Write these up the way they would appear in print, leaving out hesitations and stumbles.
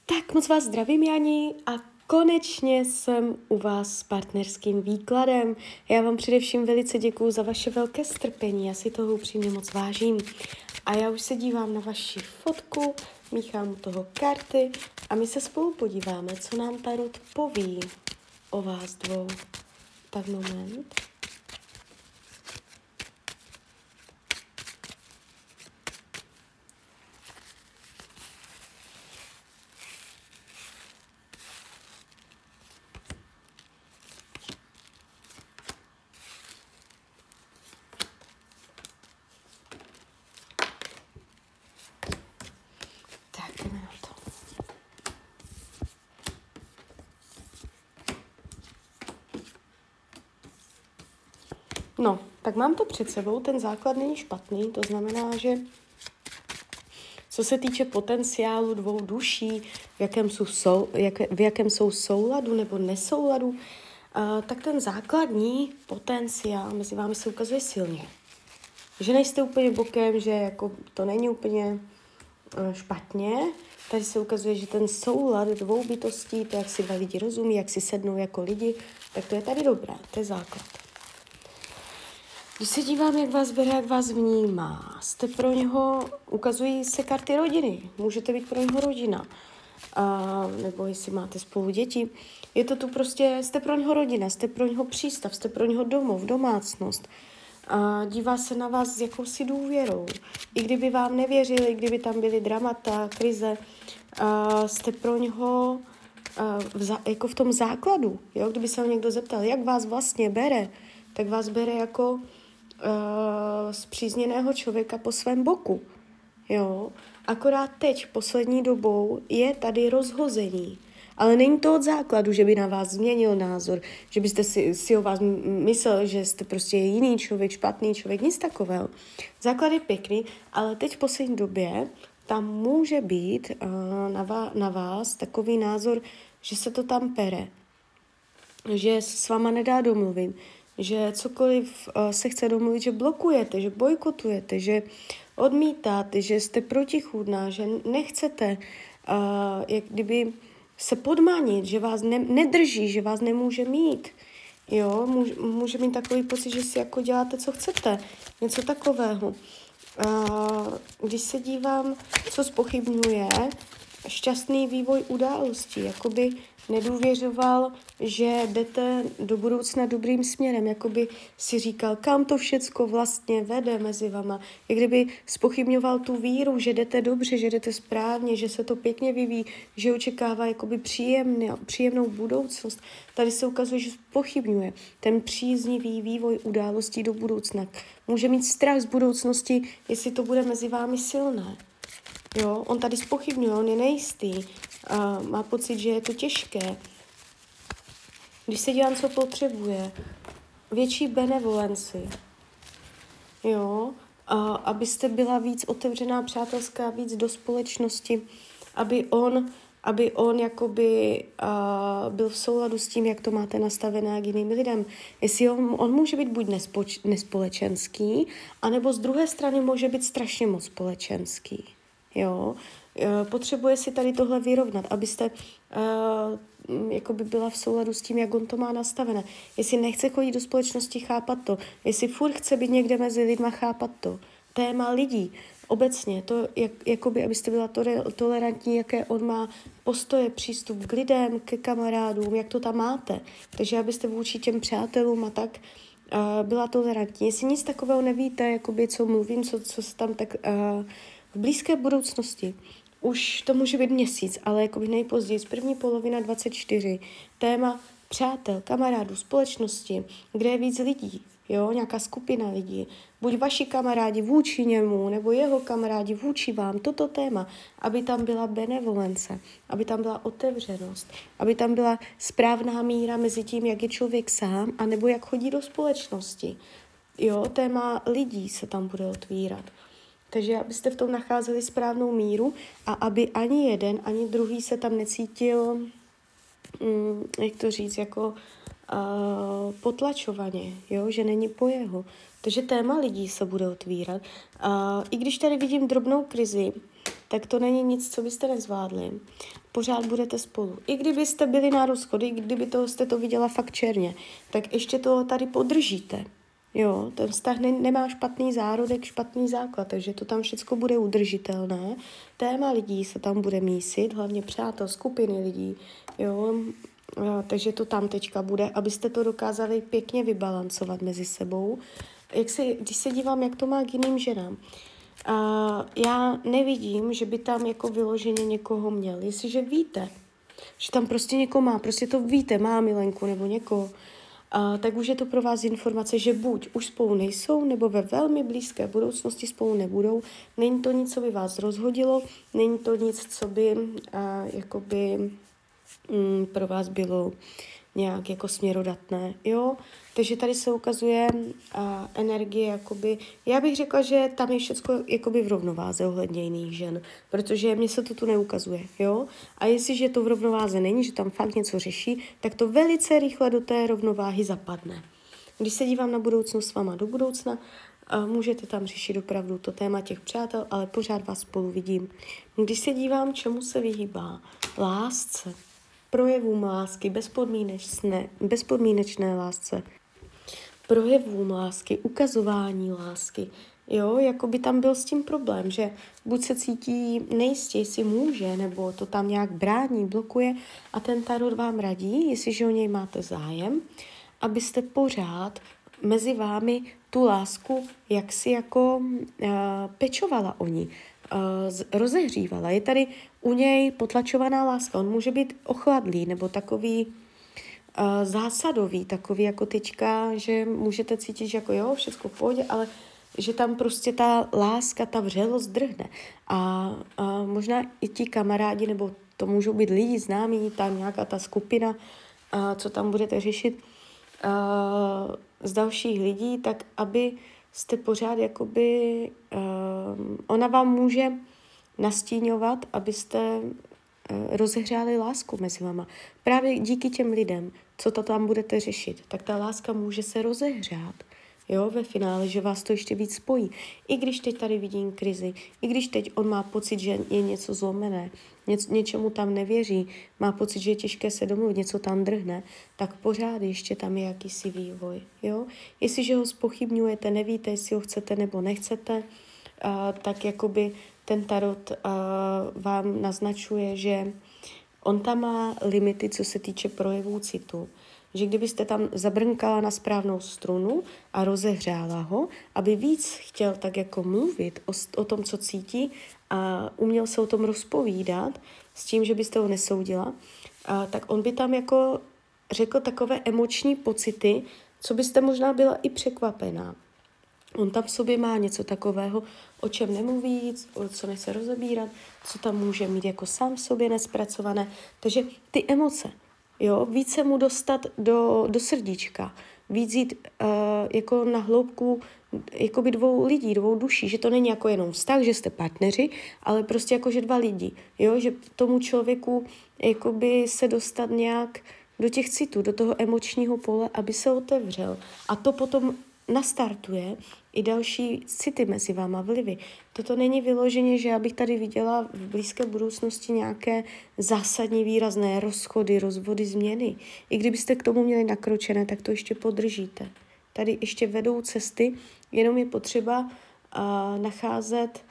Tak moc vás zdravím, Jani, a konečně jsem u vás s partnerským výkladem. Já vám především velice děkuju za vaše velké strpení, já si toho upřímně moc vážím. A já už se dívám na vaši fotku, míchám u toho karty a my se spolu podíváme, co nám Tarot poví o vás dvou. Tak moment. Tak, jdeme na to. No, tak mám to před sebou, ten základ není špatný, to znamená, že co se týče potenciálu dvou duší, v jakém jsou souladu nebo nesouladu, tak ten základní potenciál mezi vámi se ukazuje silně. Že nejste úplně bokem, že jako to není úplně špatně. Tady se ukazuje, že ten soulad dvou bytostí, to, jak si dva lidi rozumí, jak si sednou jako lidi, tak to je tady dobré, to je základ. Když se dívám, jak vás bere, jak vás vnímá, jste pro něho, ukazují se karty rodiny, můžete být pro něho rodina, nebo jestli máte spolu děti, je to tu prostě, jste pro něho rodina, jste pro něho přístav, jste pro něho domov, domácnost, dívá se na vás s jakousi důvěrou, i kdyby vám nevěřili, i kdyby tam byly dramata, krize, jste pro něho jako v tom základu, jo? Kdyby se ho někdo zeptal, jak vás vlastně bere, tak vás bere jako spřízněného člověka po svém boku. Jo? Akorát teď, poslední dobou, je tady rozhození. Ale není to od základu, že by na vás změnil názor, že byste si o vás myslel, že jste prostě jiný člověk, špatný člověk, nic takového. Základ je pěkný, ale teď v poslední době tam může být na vás takový názor, že se to tam pere, že se s váma nedá domluvit, že cokoliv se chce domluvit, že blokujete, že bojkotujete, že odmítáte, že jste protichůdná, že nechcete jak kdyby se podmanit, že vás nedrží, že vás nemůže mít. Jo, může mít takový pocit, že si jako děláte, co chcete. Něco takového. Když se dívám, co zpochybňuje, šťastný vývoj událostí, jakoby nedůvěřoval, že jdete do budoucna dobrým směrem, jakoby si říkal, kam to všecko vlastně vede mezi vama, jak kdyby zpochybňoval tu víru, že jdete dobře, že jdete správně, že se to pěkně vyvíjí, že očekává jakoby příjemnou budoucnost. Tady se ukazuje, že zpochybňuje ten příznivý vývoj událostí do budoucna. Může mít strach z budoucnosti, jestli to bude mezi vámi silné. Jo, on tady zpochybňuje, on je nejistý, má pocit, že je to těžké. Když se dívám, co potřebuje, větší benevolenci, jo, abyste byla víc otevřená, přátelská, víc do společnosti, aby on jakoby byl v souladu s tím, jak to máte nastavené k jiným lidem. Jestli on může být buď nespolečenský, anebo z druhé strany může být strašně moc společenský. Jo, potřebuje si tady tohle vyrovnat, abyste jakoby byla v souladu s tím, jak on to má nastavené. Jestli nechce chodit do společnosti, chápat to. Jestli furt chce být někde mezi lidma, chápat to. Téma lidí, obecně, to jakoby, abyste byla tolerantní, jaké on má postoje, přístup k lidem, ke kamarádům, jak to tam máte. Takže abyste vůči těm přátelům a tak byla tolerantní. Jestli nic takového nevíte, jakoby, co mluvím, co se tam tak v blízké budoucnosti, už to může být měsíc, ale jakoby nejpozději, z první polovina 24, téma přátel, kamarádů, společnosti, kde je víc lidí, jo, nějaká skupina lidí, buď vaši kamarádi vůči němu, nebo jeho kamarádi vůči vám, toto téma, aby tam byla benevolence, aby tam byla otevřenost, aby tam byla správná míra mezi tím, jak je člověk sám, anebo jak chodí do společnosti. Jo, téma lidí se tam bude otvírat. Takže abyste v tom nacházeli správnou míru a aby ani jeden, ani druhý se tam necítil, jak to říct, jako potlačovaně, jo? Že není po jeho. Takže téma lidí se bude otvírat. I když tady vidím drobnou krizi, tak to není nic, co byste nezvládli. Pořád budete spolu. I kdybyste byli na rozchodu, i kdyby jste to viděla fakt černě, tak ještě to tady podržíte. Jo, ten vztah nemá špatný zárodek, špatný základ, takže to tam všechno bude udržitelné. Téma lidí se tam bude mísit, hlavně přátel, skupiny lidí, jo, takže to tam teďka bude, abyste to dokázali pěkně vybalancovat mezi sebou. Když se dívám, jak to má k jiným ženám, já nevidím, že by tam jako vyloženě někoho měl. Jestliže víte, že tam prostě někoho má, prostě to víte, má milenku nebo někoho, tak už je to pro vás informace, že buď už spolu nejsou, nebo ve velmi blízké budoucnosti spolu nebudou. Není to nic, co by vás rozhodilo, není to nic, co by jakoby pro vás bylo nějak jako směrodatné, jo. Takže tady se ukazuje energie, jakoby, já bych řekla, že tam je všechno jakoby v rovnováze ohledně jiných žen, protože mně se to tu neukazuje, jo. A jestliže to v rovnováze není, že tam fakt něco řeší, tak to velice rychle do té rovnováhy zapadne. Když se dívám na budoucnost s váma do budoucna, můžete tam řešit opravdu to téma těch přátel, ale pořád vás spolu vidím. Když se dívám, čemu se vyhýbá, lásce, projevům lásky, bezpodmínečné lásce, projevům lásky, ukazování lásky. Jo, jako by tam byl s tím problém, že buď se cítí nejistě, jestli může, nebo to tam nějak brání, blokuje a ten tarot vám radí, jestliže o něj máte zájem, abyste pořád mezi vámi tu lásku jaksi jako pečovala o ní, rozehřívala. Je tady u něj potlačovaná láska. On může být ochladlý nebo takový zásadový, takový jako teďka, že můžete cítit, že jako jo, všechno v pohodě, ale že tam prostě ta láska, ta vřelost drhne. A možná i ti kamarádi, nebo to můžou být lidi známí, tam nějaká ta skupina, co tam budete řešit z dalších lidí, tak aby jste pořád jakoby, ona vám může nastíňovat, abyste rozehřáli lásku mezi váma. Právě díky těm lidem, co to tam budete řešit, tak ta láska může se rozehřát. Jo, ve finále, že vás to ještě víc spojí. I když teď tady vidím krizi, i když teď on má pocit, že je něco zlomené, něčemu tam nevěří, má pocit, že je těžké se domluvit, něco tam drhne, tak pořád ještě tam je jakýsi vývoj. Jo? Jestliže ho zpochybňujete, nevíte, jestli ho chcete nebo nechcete, tak jakoby ten tarot vám naznačuje, že on tam má limity, co se týče projevů citu. Že kdybyste tam zabrnkala na správnou strunu a rozehřála ho, aby víc chtěl tak jako mluvit o tom, co cítí a uměl se o tom rozpovídat s tím, že byste ho nesoudila, tak on by tam jako řekl takové emoční pocity, co byste možná byla i překvapená. On tam v sobě má něco takového, o čem nemluví, co nechce rozebírat, co tam může mít jako sám v sobě nespracované. Takže ty emoce, jo, více mu dostat do srdíčka, víc jít jako na hloubku jakoby dvou lidí, dvou duší, že to není jako jenom vztah, že jste partneři, ale prostě jako, že dva lidi, jo, že tomu člověku jakoby se dostat nějak do těch citů, do toho emočního pole, aby se otevřel. A to potom nastartuje i další city mezi váma, vlivy. Toto není vyloženě, že já bych tady viděla v blízké budoucnosti nějaké zásadní výrazné rozchody, rozvody, změny. I kdybyste k tomu měli nakročené, tak to ještě podržíte. Tady ještě vedou cesty, jenom je potřeba nacházet,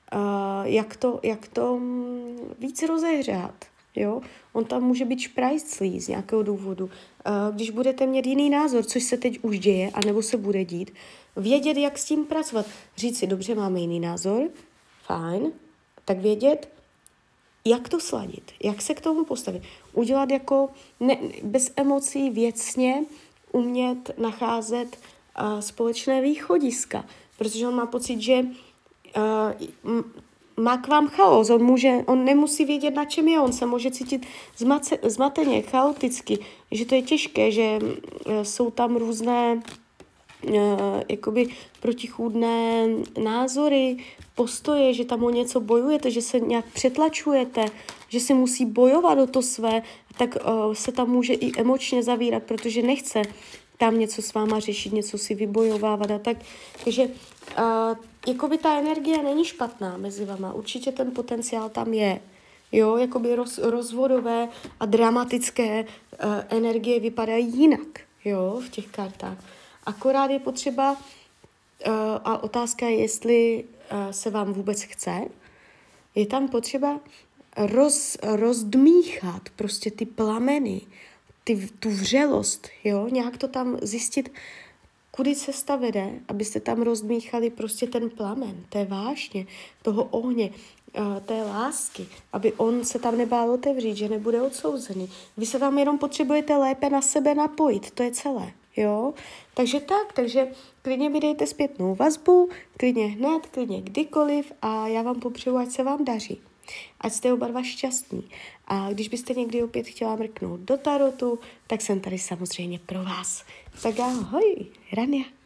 jak to víc rozehřát. Jo? On tam může být šprajclý z nějakého důvodu. Když budete mít jiný názor, což se teď už děje, anebo se bude dít, vědět, jak s tím pracovat. Říct si, dobře, máme jiný názor, fajn, tak vědět, jak to sladit, jak se k tomu postavit. Udělat jako bez emocí věcně, umět nacházet společné východiska, protože on má pocit, že má k vám chaos, on nemusí vědět, na čem je, on se může cítit zmateně, chaoticky, že to je těžké, že jsou tam různé jakoby protichůdné názory, postoje, že tam o něco bojujete, že se nějak přetlačujete, že si musí bojovat o to své, tak se tam může i emočně zavírat, protože nechce tam něco s váma řešit, něco si vybojovávat a tak. Takže jakoby ta energie není špatná mezi vama, určitě ten potenciál tam je. Jo, jakoby rozvodové a dramatické energie vypadají jinak, jo, v těch kartách. Akorát je potřeba, a otázka je, jestli se vám vůbec chce, je tam potřeba rozdmíchat prostě ty plameny, tu vřelost, jo, nějak to tam zjistit, kudy cesta vede, abyste tam rozdmíchali prostě ten plamen, té vášně, toho ohně, té lásky, aby on se tam nebál otevřít, že nebude odsouzený. Vy se tam jenom potřebujete lépe na sebe napojit, to je celé, jo. Takže klidně mi dejte zpětnou vazbu, klidně hned, klidně kdykoliv a já vám popřeju, ať se vám daří. Ať jste oba dva šťastní. A když byste někdy opět chtěla mrknout do tarotu, tak jsem tady samozřejmě pro vás. Tak ahoj, Rania.